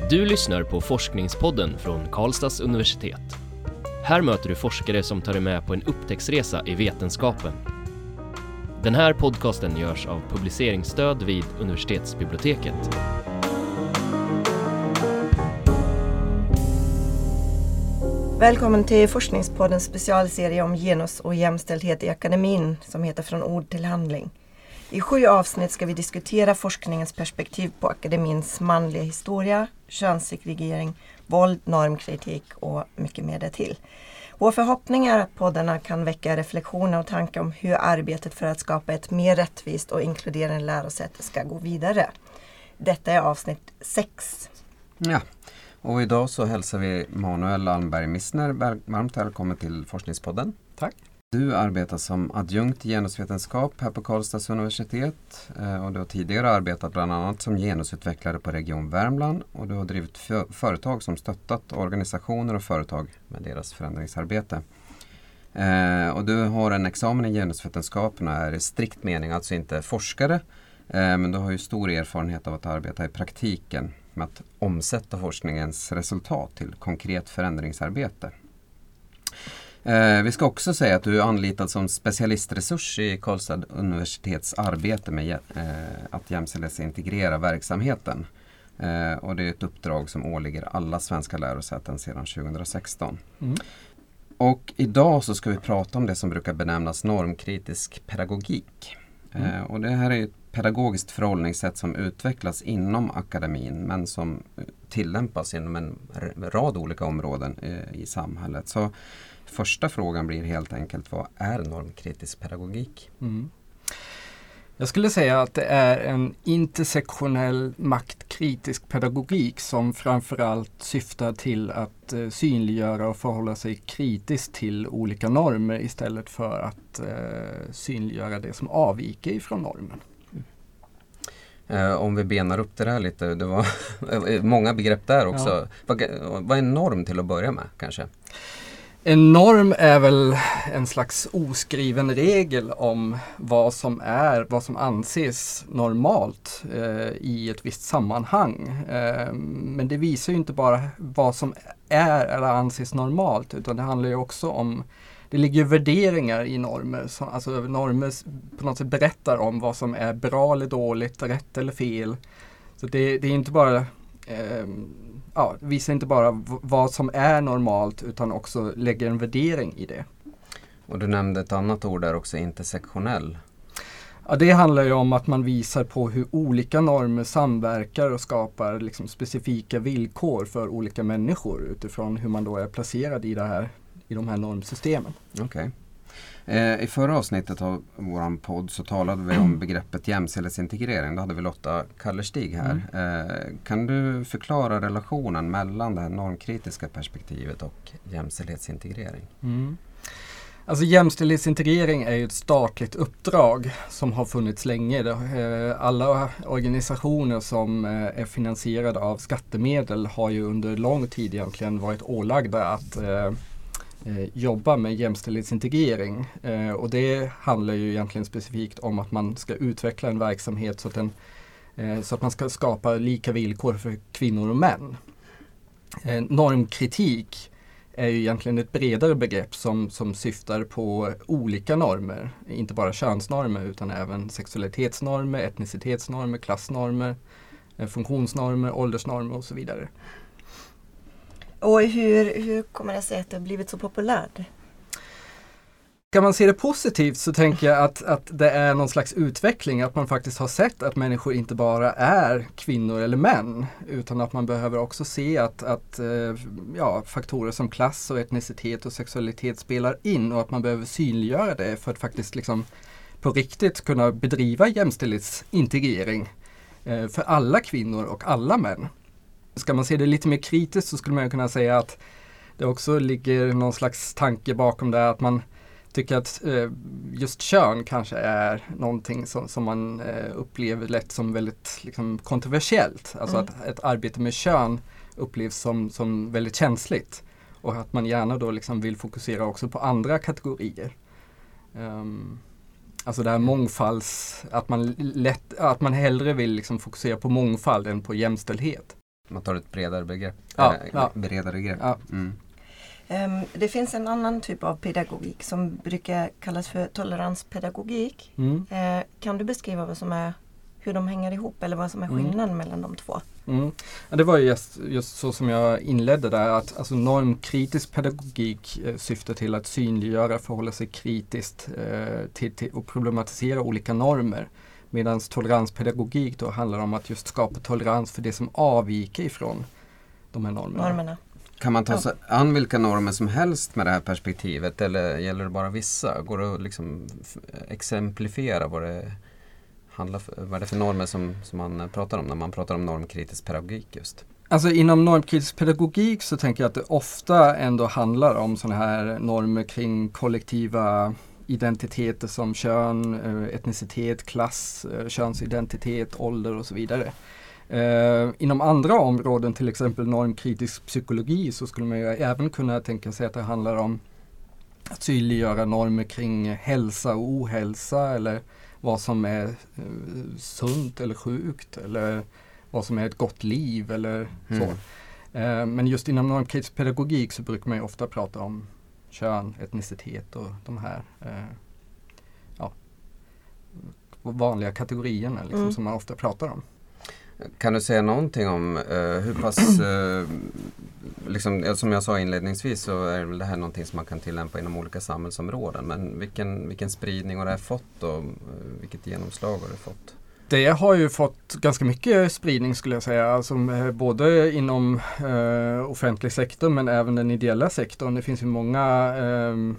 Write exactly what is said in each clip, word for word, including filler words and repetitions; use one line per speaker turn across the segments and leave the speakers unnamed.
Du lyssnar på Forskningspodden från Karlstads universitet. Här möter du forskare som tar dig med på en upptäcktsresa i vetenskapen. Den här podcasten görs av publiceringsstöd vid universitetsbiblioteket.
Välkommen till Forskningspoddens specialserie om genus och jämställdhet i akademin som heter Från ord till handling. I sju avsnitt ska vi diskutera forskningens perspektiv på akademins manliga historia, könssegregering, våld, normkritik och mycket mer därtill. Vår förhoppning är att poddarna kan väcka reflektioner och tankar om hur arbetet för att skapa ett mer rättvist och inkluderande lärosäte ska gå vidare. Detta är avsnitt sex.
Ja, och idag så hälsar vi Manuel Almberg-Missner varmt välkommen till Forskningspodden.
Tack.
Du arbetar som adjunkt i genusvetenskap här på Karlstads universitet och du har tidigare arbetat bland annat som genusutvecklare på Region Värmland och du har drivit för- företag som stöttat organisationer och företag med deras förändringsarbete. Eh, och du har en examen i genusvetenskaperna är i strikt mening alltså inte forskare eh, men du har ju stor erfarenhet av att arbeta i praktiken med att omsätta forskningens resultat till konkret förändringsarbete. Eh, vi ska också säga att du är anlitad som specialistresurs i Karlstad universitets arbete med eh, att jämställdhetsintegrera verksamheten. Eh, och det är ett uppdrag som åligger alla svenska lärosäten sedan tjugohundrasexton. Mm. Och idag så ska vi prata om det som brukar benämnas normkritisk pedagogik. Mm. Eh, och det här är ett pedagogiskt förhållningssätt som utvecklas inom akademin men som tillämpas inom en rad olika områden eh, i samhället. Så första frågan blir helt enkelt, vad är normkritisk pedagogik?
Mm. Jag skulle säga att det är en intersektionell maktkritisk pedagogik som framförallt syftar till att eh, synliggöra och förhålla sig kritiskt till olika normer istället för att eh, synliggöra det som avviker ifrån normen.
Eh, om vi benar upp det där lite, det var många begrepp där också. Ja. Vad, vad är en norm till att börja med kanske?
En norm är väl en slags oskriven regel om vad som är, vad som anses normalt eh, i ett visst sammanhang. Eh, men det visar ju inte bara vad som är eller anses normalt, utan det handlar ju också om, det ligger ju värderingar i normer. Så, alltså normer på något sätt berättar om vad som är bra eller dåligt, rätt eller fel. Så det, det är inte bara... Eh, Ja, visar inte bara v- vad som är normalt utan också lägger en värdering i det.
Och du nämnde ett annat ord där också, intersektionell.
Ja, det handlar ju om att man visar på hur olika normer samverkar och skapar liksom specifika villkor för olika människor utifrån hur man då är placerad i, det här, i de här normsystemen.
Okej. Okay. Eh, I förra avsnittet av vår podd så talade vi om begreppet jämställdhetsintegrering. Då hade vi Lotta Kallerstig här. Mm. Eh, kan du förklara relationen mellan det här normkritiska perspektivet och jämställdhetsintegrering?
Mm. Alltså jämställdhetsintegrering är ju ett statligt uppdrag som har funnits länge. Det, eh, alla organisationer som eh, är finansierade av skattemedel har ju under lång tid egentligen varit ålagda att eh, jobba med jämställdhetsintegrering eh, och det handlar ju egentligen specifikt om att man ska utveckla en verksamhet så att, den, eh, så att man ska skapa lika villkor för kvinnor och män. Eh, normkritik är ju egentligen ett bredare begrepp som, som syftar på olika normer, inte bara könsnormer utan även sexualitetsnormer, etnicitetsnormer, klassnormer, eh, funktionsnormer, åldersnormer och så vidare.
Och hur, hur kommer det sig att det har blivit så populärt?
Kan man se det positivt så tänker jag att, att det är någon slags utveckling, att man faktiskt har sett att människor inte bara är kvinnor eller män, utan att man behöver också se att, att ja, faktorer som klass och etnicitet och sexualitet spelar in och att man behöver synliggöra det för att faktiskt liksom på riktigt kunna bedriva jämställdhetsintegrering för alla kvinnor och alla män. Ska man se det lite mer kritiskt så skulle man kunna säga att det också ligger någon slags tanke bakom det, att man tycker att eh, just kön kanske är någonting som, som man eh, upplever lätt som väldigt liksom, kontroversiellt. Alltså mm. att ett arbete med kön upplevs som, som väldigt känsligt och att man gärna då liksom vill fokusera också på andra kategorier. Um, Alltså det här mångfalds, att man, lätt, att man hellre vill liksom fokusera på mångfald än på jämställdhet.
Man tar ett bredare begrepp.
Ja,
äh,
ja.
Bredare grepp.
Ja.
Mm.
Um, det finns en annan typ av pedagogik som brukar kallas för toleranspedagogik.
Mm.
Uh, kan du beskriva vad som är, hur de hänger ihop eller vad som är skillnaden mm. mellan de två?
Mm. Ja, det var just, just så som jag inledde där, att alltså, normkritisk pedagogik eh, syftar till att synliggöra, förhålla sig kritiskt eh, till, till, och problematisera olika normer. Medan toleranspedagogik då handlar om att just skapa tolerans för det som avviker ifrån de här normerna.
normerna.
Kan man ta
Ja.
sig an vilka normer som helst med det här perspektivet eller gäller det bara vissa? Går det att liksom f- exemplifiera vad det handlar för, vad är det för normer som, som man pratar om när man pratar om normkritisk pedagogik just?
Alltså inom normkritisk pedagogik så tänker jag att det ofta ändå handlar om sådana här normer kring kollektiva identiteter som kön, etnicitet, klass, könsidentitet, ålder och så vidare. Uh, inom andra områden, till exempel normkritisk psykologi, så skulle man ju även kunna tänka sig att det handlar om att synliggöra normer kring hälsa och ohälsa eller vad som är uh, sunt eller sjukt eller vad som är ett gott liv eller
Mm.
så. Uh, men just inom normkritisk pedagogik så brukar man ju ofta prata om kön, etnicitet och de här uh, ja, vanliga kategorierna liksom,
Mm.
som man ofta pratar om.
Kan du säga någonting om uh, hur pass, uh, liksom, som jag sa inledningsvis så är väl det här någonting som man kan tillämpa inom olika samhällsområden. Men vilken, vilken spridning har det här fått och uh, vilket genomslag har det fått?
Det har ju fått ganska mycket spridning skulle jag säga, alltså, både inom uh, offentlig sektor men även den ideella sektorn. Det finns ju många uh,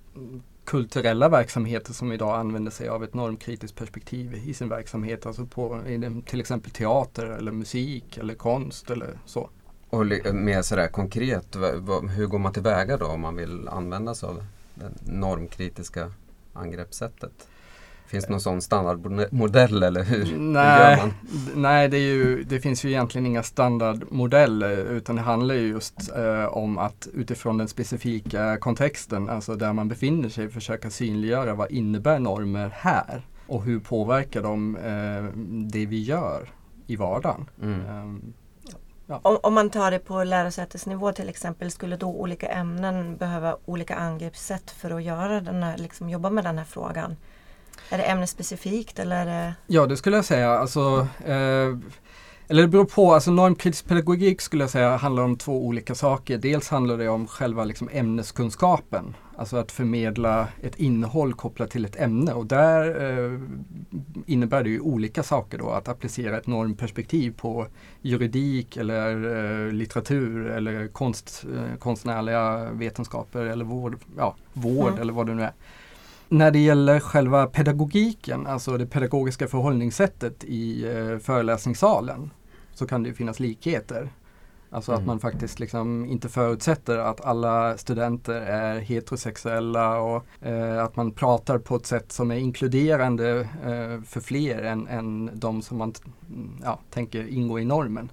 kulturella verksamheter som idag använder sig av ett normkritiskt perspektiv i sin verksamhet, alltså på till exempel teater eller musik eller konst eller så.
Och mer sådär konkret, v- v- hur går man tillväga då om man vill använda sig av det normkritiska angreppssättet? Finns det någon sån standardmodell eller hur, hur
Nej,
gör man?
nej det, är ju, det finns ju egentligen inga standardmodeller utan det handlar ju just eh, om att utifrån den specifika kontexten, alltså där man befinner sig, försöka synliggöra vad innebär normer här och hur påverkar de eh, det vi gör i vardagen.
Mm.
Um,
Om, om man tar det på lärosätesnivå till exempel, skulle då olika ämnen behöva olika angreppssätt för att göra den här, liksom jobba med den här frågan? Är det ämnesspecifikt eller är det...
Ja, det skulle jag säga. Alltså, eh, eller det beror på. Alltså, normkritisk pedagogik skulle jag säga handlar om två olika saker. Dels handlar det om själva liksom, ämneskunskapen. Alltså att förmedla ett innehåll kopplat till ett ämne. Och där eh, innebär det ju olika saker då. Att applicera ett normperspektiv på juridik eller eh, litteratur eller konst, eh, konstnärliga vetenskaper eller vård, ja, vård
Mm.
eller vad det nu är. När det gäller själva pedagogiken, alltså det pedagogiska förhållningssättet i eh, föreläsningssalen, så kan det ju finnas likheter. Alltså
Mm.
att man faktiskt liksom inte förutsätter att alla studenter är heterosexuella och eh, att man pratar på ett sätt som är inkluderande eh, för fler än, än de som man t- ja, tänker ingå i normen.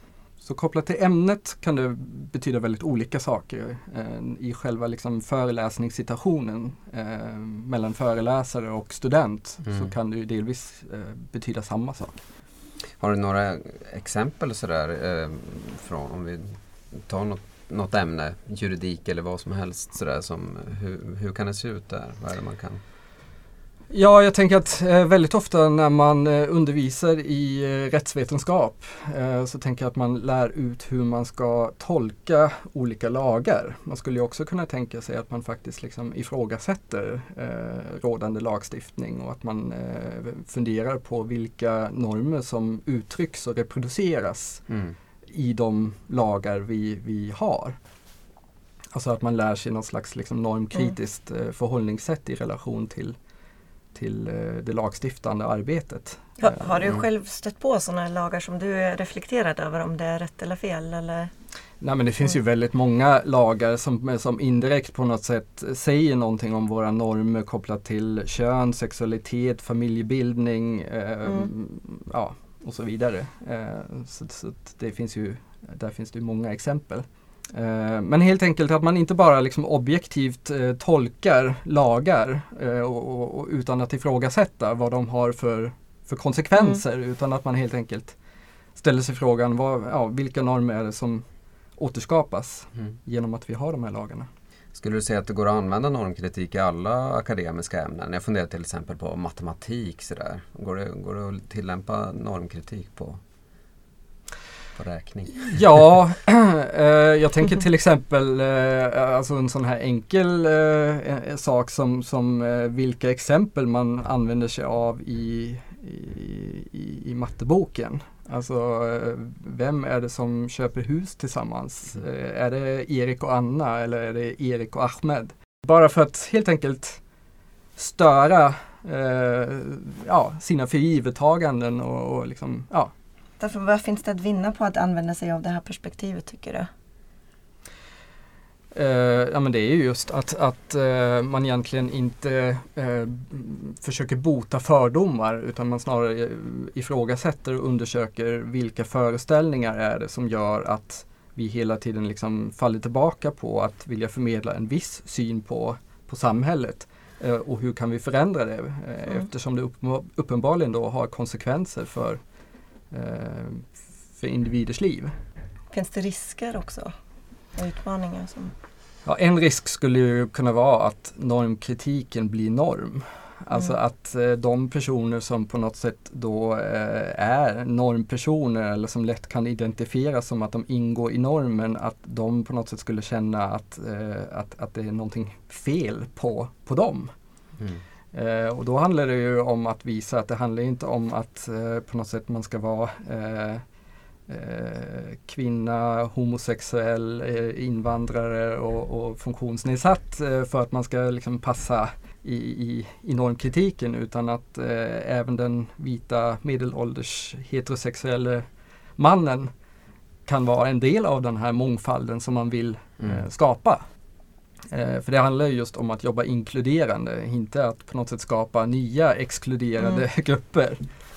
Så kopplat till ämnet kan det betyda väldigt olika saker eh, i själva liksom föreläsningssituationen eh, mellan föreläsare och student.
Mm.
Så kan det ju delvis eh, betyda samma sak.
Har du några exempel sådär eh, från, om vi tar något, något ämne, juridik eller vad som helst sådär, som, hur, hur kan det se ut där? Vad är det man kan?
Ja, jag tänker att eh, väldigt ofta när man eh, undervisar i eh, rättsvetenskap eh, så tänker jag att man lär ut hur man ska tolka olika lagar. Man skulle ju också kunna tänka sig att man faktiskt liksom ifrågasätter eh, rådande lagstiftning och att man eh, funderar på vilka normer som uttrycks och reproduceras
Mm.
i de lagar vi, vi har. Alltså att man lär sig något slags liksom normkritiskt eh, förhållningssätt i relation till till eh, det lagstiftande arbetet.
Ha, har du
Mm.
själv stött på sådana lagar som du är reflekterad över om det är rätt eller fel? Eller?
Nej, men det finns
Mm.
ju väldigt många lagar som, som indirekt på något sätt säger någonting om våra normer kopplat till kön, sexualitet, familjebildning eh,
Mm.
ja, och så vidare. Eh, så så att det finns ju, där finns det ju många exempel. Eh, men helt enkelt att man inte bara liksom objektivt eh, tolkar lagar eh, och, och, och utan att ifrågasätta vad de har för, för konsekvenser, mm. utan att man helt enkelt ställer sig frågan vad, ja, vilka normer är det som återskapas
Mm.
genom att vi har de här lagarna.
Skulle du säga att det går att använda normkritik i alla akademiska ämnen? Jag funderar till exempel på matematik. Sådär. Går det, går det att tillämpa normkritik på, på räkning?
Ja, eh, jag tänker till exempel eh, alltså en sån här enkel eh, sak som, som eh, vilka exempel man använder sig av i, i, i, i matteboken. Alltså eh, vem är det som köper hus tillsammans? Eh, är det Erik och Anna eller är det Erik och Ahmed? Bara för att helt enkelt störa eh, ja, sina förgivetaganden och, och liksom, ja.
Därför, vad finns det att vinna på att använda sig av det här perspektivet, tycker du?
Uh, ja, men det är ju just att, att uh, man egentligen inte uh, försöker bota fördomar, utan man snarare ifrågasätter och undersöker vilka föreställningar är det som gör att vi hela tiden liksom faller tillbaka på att vilja förmedla en viss syn på, på samhället. Uh, och hur kan vi förändra det? Uh, mm. Eftersom det upp, uppenbarligen då har konsekvenser för, uh, för individers liv.
Finns det risker också? Utmaningar som...
Ja, en risk skulle ju kunna vara att normkritiken blir norm. Alltså mm. att eh, de personer som på något sätt då eh, är normpersoner eller som lätt kan identifieras som att de ingår i normen, att de på något sätt skulle känna att, eh, att, att det är någonting fel på, på dem. Mm. Eh, och då handlar det ju om att visa att det handlar inte om att eh, på något sätt man ska vara eh, Eh, kvinna, homosexuell, eh, invandrare och, och funktionsnedsatt eh, för att man ska liksom passa i, i, i normkritiken, utan att eh, även den vita medelålders heterosexuella mannen kan vara en del av den här mångfalden som man vill eh, mm. skapa. Eh, för det handlar just om att jobba inkluderande, inte att på något sätt skapa nya exkluderade mm. grupper.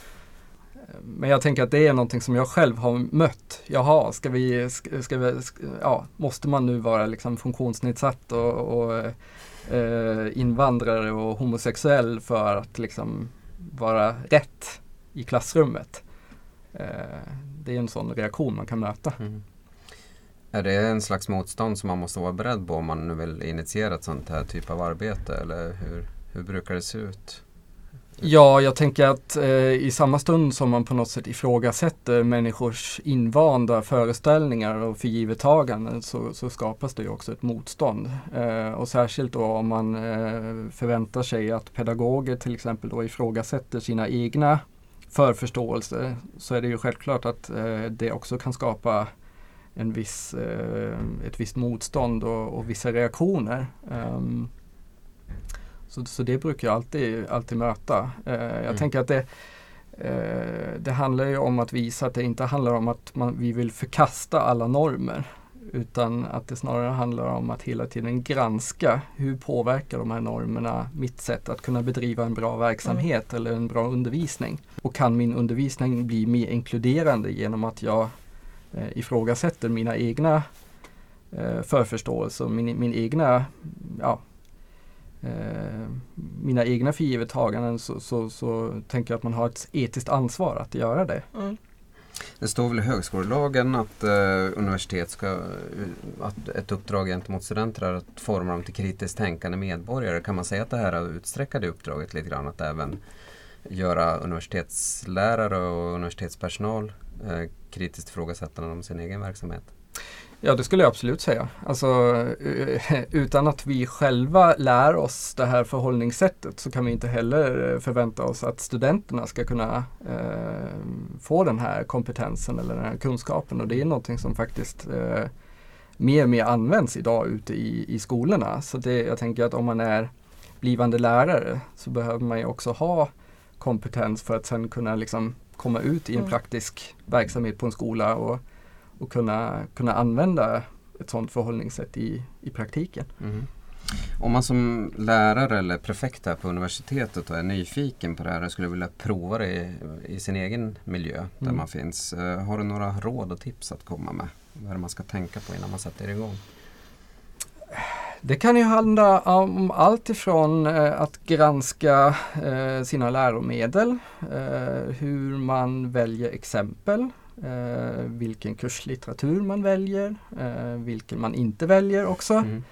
Men jag tänker att det är någonting som jag själv har mött. Jaha, ska vi, ska, ska vi, ska, ja, måste man nu vara liksom funktionsnedsatt och, och eh, invandrare och homosexuell för att liksom vara rätt i klassrummet? Eh, det är en sån reaktion man kan möta. Mm.
Är det en slags motstånd som man måste vara beredd på om man nu vill initiera ett sånt här typ av arbete? Eller hur, hur brukar det se ut?
Ja, jag tänker att eh, i samma stund som man på något sätt ifrågasätter människors invanda föreställningar och förgivetaganden så, så skapas det ju också ett motstånd. Eh, och särskilt då om man eh, förväntar sig att pedagoger till exempel då ifrågasätter sina egna förförståelser, så är det ju självklart att eh, det också kan skapa en viss, eh, ett visst motstånd och, och vissa reaktioner. Um, Så, så det brukar jag alltid, alltid möta. Eh, jag mm. tänker att det, eh, det handlar ju om att visa att det inte handlar om att man, vi vill förkasta alla normer, utan att det snarare handlar om att hela tiden granska hur påverkar de här normerna mitt sätt att kunna bedriva en bra verksamhet mm. eller en bra undervisning. Och kan min undervisning bli mer inkluderande genom att jag eh, ifrågasätter mina egna eh, förförståelser och min, min egna ja, Eh, mina egna förgivetaganden, så, så, så tänker jag att man har ett etiskt ansvar att göra det. Mm.
Det står väl i högskolelagen att eh, universitet ska, att ett uppdrag gentemot studenter är att forma dem till kritiskt tänkande medborgare. Kan man säga att det här har utsträckat det uppdraget lite grann, att även göra universitetslärare och universitetspersonal eh, kritiskt ifrågasättande om sin egen verksamhet?
Ja, det skulle jag absolut säga. Alltså, utan att vi själva lär oss det här förhållningssättet så kan vi inte heller förvänta oss att studenterna ska kunna eh, få den här kompetensen eller den här kunskapen. Och det är någonting som faktiskt eh, mer och mer används idag ute i, i skolorna. Så det, jag tänker att om man är blivande lärare så behöver man ju också ha kompetens för att sen kunna liksom komma ut i en mm. praktisk verksamhet på en skola och och kunna, kunna använda ett sådant förhållningssätt i, i praktiken. Mm.
Om man som lärare eller prefekt här på universitetet och är nyfiken på det här och skulle vilja prova det i, i sin egen miljö där mm. man finns, har du några råd och tips att komma med? Vad är det man ska tänka på innan man sätter igång?
Det kan ju handla om allt ifrån eh, att granska eh, sina läromedel, eh, hur man väljer exempel eh, vilken kurslitteratur man väljer, eh, vilken man inte väljer också. Mm.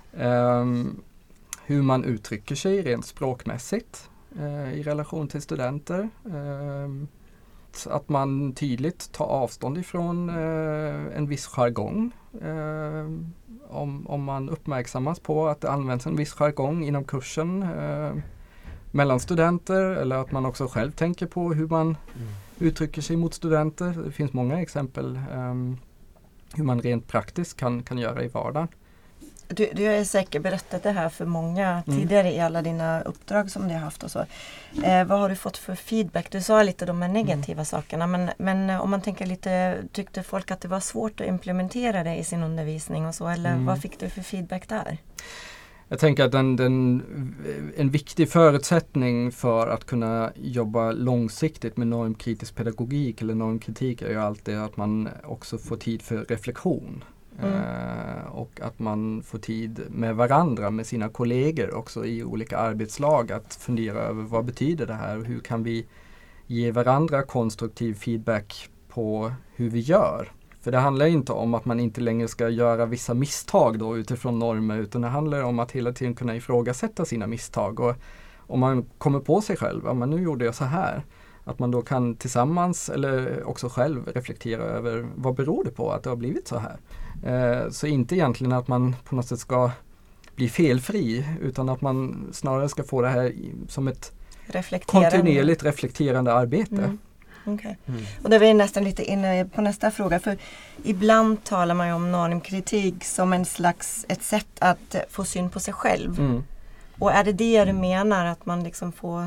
Eh, hur man uttrycker sig rent språkmässigt eh, i relation till studenter. Eh, att man tydligt tar avstånd ifrån eh, en viss jargong. Eh, om, om man uppmärksammas på att det används en viss jargong inom kursen eh, mellan studenter, eller att man också själv tänker på hur man mm. uttrycker sig mot studenter. Det finns många exempel eh, hur man rent praktiskt kan, kan göra i vardagen.
Du, du har säkert berättat det här för många mm. tidigare i alla dina uppdrag som du har haft och så. Eh, vad har du fått för feedback? Du sa lite de här negativa mm. sakerna, men, men om man tänker lite, tyckte folk att det var svårt att implementera det i sin undervisning och så, eller mm. vad fick du för feedback där?
Jag tänker att den, den, en viktig förutsättning för att kunna jobba långsiktigt med normkritisk pedagogik eller normkritik är ju alltid att man också får tid för reflektion. Mm. Uh, och att man får tid med varandra, med sina kollegor också i olika arbetslag, att fundera över vad betyder det här och hur kan vi ge varandra konstruktiv feedback på hur vi gör. För det handlar inte om att man inte längre ska göra vissa misstag då utifrån normer, utan det handlar om att hela tiden kunna ifrågasätta sina misstag. Och om man kommer på sig själv, ja, men nu gjorde jag så här. Att man då kan tillsammans eller också själv reflektera över vad beror det på att det har blivit så här. Eh, så inte egentligen att man på något sätt ska bli felfri, utan att man snarare ska få det här i, som ett kontinuerligt reflekterande arbete.
Mm. Okay. Mm. Och då är vi nästan lite inne på nästa fråga, för ibland talar man ju om normkritik som en slags ett sätt att få syn på sig själv. Mm. Och är det det du menar, att man liksom får...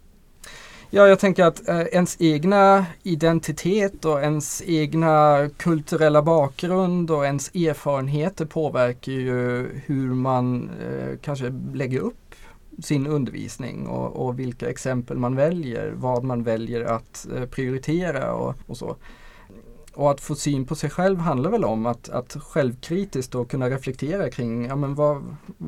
Ja, jag tänker att eh, ens egna identitet och ens egna kulturella bakgrund och ens erfarenheter påverkar ju hur man eh, kanske lägger upp sin undervisning och, och vilka exempel man väljer, vad man väljer att eh, prioritera och, och så. Och att få syn på sig själv handlar väl om att, att självkritiskt då kunna reflektera kring, ja men vad,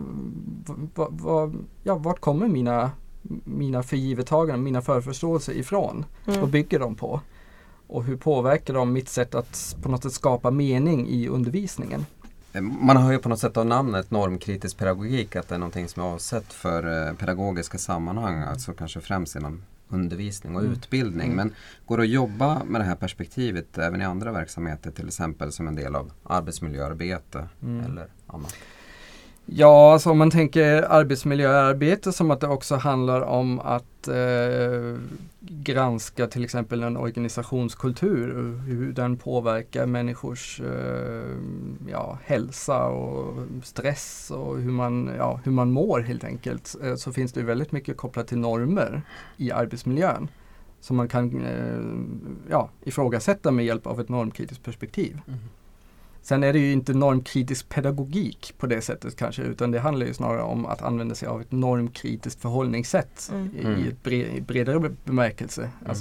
vad, vad, ja, vart kommer mina mina förgivetaganden, mina förförståelser ifrån? Mm. Vad bygger de på? Och hur påverkar de mitt sätt att på något sätt skapa mening i undervisningen?
Man har ju på något sätt av namnet normkritisk pedagogik att det är någonting som är avsett för pedagogiska sammanhang, alltså kanske främst inom undervisning och mm. utbildning. Mm. Men går det att jobba med det här perspektivet även i andra verksamheter, till exempel som en del av arbetsmiljöarbete mm. eller annat?
Ja, alltså om man tänker arbetsmiljöarbete som att det också handlar om att eh, granska till exempel en organisationskultur, hur den påverkar människors eh, ja, hälsa och stress och hur man, ja, hur man mår helt enkelt, eh, så finns det väldigt mycket kopplat till normer i arbetsmiljön som man kan eh, ja, ifrågasätta med hjälp av ett normkritiskt perspektiv. Mm. Sen är det ju inte normkritisk pedagogik på det sättet kanske, utan det handlar ju snarare om att använda sig av ett normkritiskt förhållningssätt mm. i, i ett bre- bredare bemärkelse. Mm. Alltså,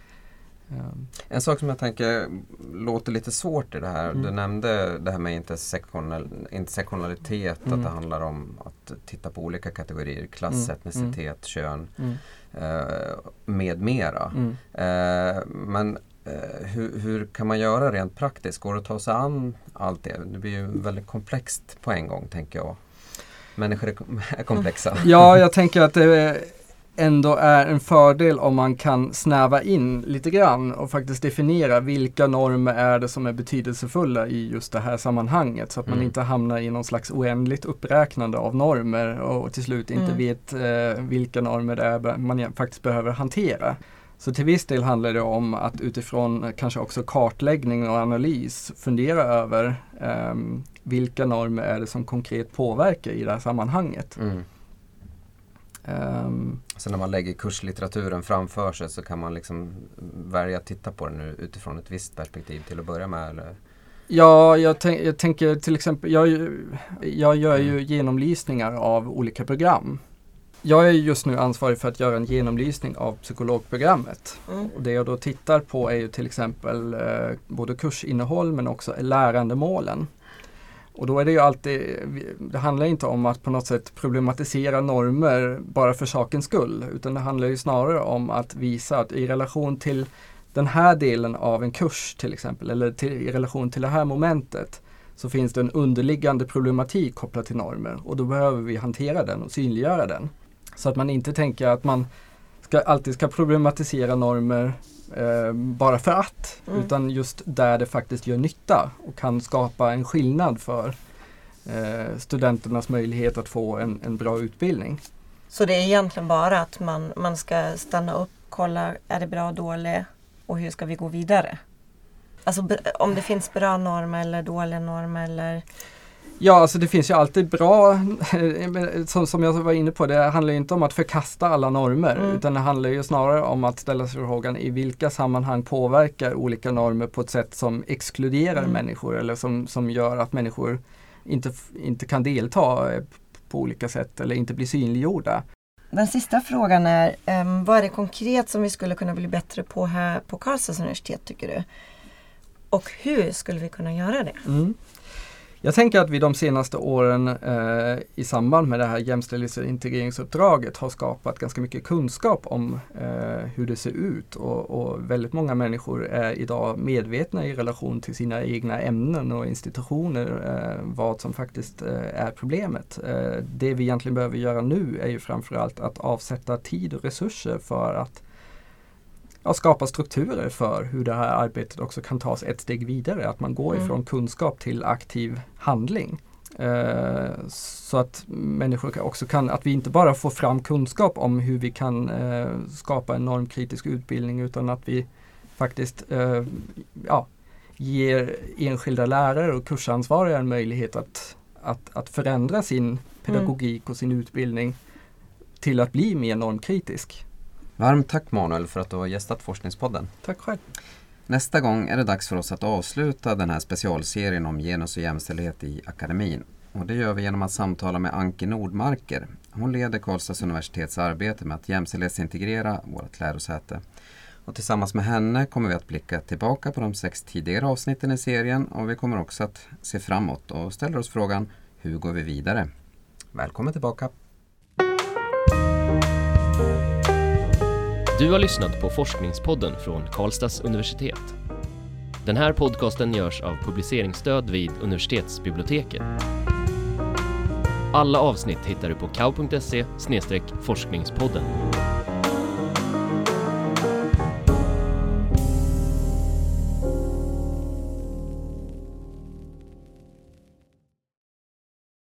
um.
En sak som jag tänker låter lite svårt i det här, mm. du nämnde det här med intersektional, intersektionalitet, mm. att det handlar om att titta på olika kategorier, klass, mm. etnicitet, mm. kön mm. Eh, med mera. Mm. Eh, men Uh, hur, hur kan man göra rent praktiskt? Går det att ta sig an allt det? Det blir ju väldigt komplext på en gång, tänker jag. Människor är, är komplexa.
Ja, jag tänker att det ändå är en fördel om man kan snäva in lite grann och faktiskt definiera vilka normer är det som är betydelsefulla i just det här sammanhanget, så att mm. man inte hamnar i någon slags oändligt uppräknande av normer och till slut inte mm. vet uh, vilka normer det är man faktiskt behöver hantera. Så till viss del handlar det om att utifrån kanske också kartläggning och analys fundera över um, vilka normer är det som konkret påverkar i det här sammanhanget. Mm. Um,
så när man lägger kurslitteraturen framför sig så kan man liksom välja att titta på den utifrån ett visst perspektiv till att börja med? Eller?
Ja, jag, tänk, jag tänker till exempel, jag, jag gör ju genomlysningar av olika program. Jag är just nu ansvarig för att göra en genomlysning av psykologprogrammet. Mm. Och det jag då tittar på är ju till exempel eh, både kursinnehåll men också lärandemålen. Och då är det ju alltid, det handlar inte om att på något sätt problematisera normer bara för sakens skull, utan det handlar ju snarare om att visa att i relation till den här delen av en kurs till exempel, eller till, i relation till det här momentet, så finns det en underliggande problematik kopplat till normer och då behöver vi hantera den och synliggöra den. Så att man inte tänker att man ska, alltid ska problematisera normer eh, bara för att, mm. utan just där det faktiskt gör nytta och kan skapa en skillnad för eh, studenternas möjlighet att få en, en bra utbildning.
Så det är egentligen bara att man, man ska stanna upp, kolla, är det bra, dåligt och hur ska vi gå vidare? Alltså om det finns bra normer eller dåliga normer eller...
Ja, alltså det finns ju alltid bra, som, som jag var inne på, det handlar inte om att förkasta alla normer, mm. utan det handlar ju snarare om att ställa sig frågan i vilka sammanhang påverkar olika normer på ett sätt som exkluderar mm. människor eller som, som gör att människor inte, inte kan delta på olika sätt eller inte blir synliggjorda.
Den sista frågan är, um, vad är det konkret som vi skulle kunna bli bättre på här på Karlstads universitet tycker du? Och hur skulle vi kunna göra det?
Mm. Jag tänker att vi de senaste åren eh, i samband med det här jämställdhets- och integreringsuppdraget har skapat ganska mycket kunskap om eh, hur det ser ut och, och väldigt många människor är idag medvetna i relation till sina egna ämnen och institutioner eh, vad som faktiskt eh, är problemet. Eh, det vi egentligen behöver göra nu är ju framförallt att avsätta tid och resurser för att Ja, skapa strukturer för hur det här arbetet också kan tas ett steg vidare. Att man går mm. ifrån kunskap till aktiv handling. Eh, så att människor också kan, att vi inte bara får fram kunskap om hur vi kan eh, skapa en normkritisk utbildning utan att vi faktiskt eh, ja, ger enskilda lärare och kursansvariga en möjlighet att, att, att förändra sin pedagogik mm. och sin utbildning till att bli mer normkritisk.
Varmt tack Manuel för att du har gästat Forskningspodden.
Tack själv.
Nästa gång är det dags för oss att avsluta den här specialserien om genus och jämställdhet i akademin. Och det gör vi genom att samtala med Anke Nordmarker. Hon leder Karlstads universitets arbete med att jämställdhetsintegrera vårt lärosäte. Och tillsammans med henne kommer vi att blicka tillbaka på de sex tidigare avsnitten i serien och vi kommer också att se framåt och ställa oss frågan, hur går vi vidare? Välkommen tillbaka!
Du har lyssnat på Forskningspodden från Karlstads universitet. Den här podcasten görs av publiceringsstöd vid universitetsbiblioteket. Alla avsnitt hittar du på kau punkt se slash forskningspodden.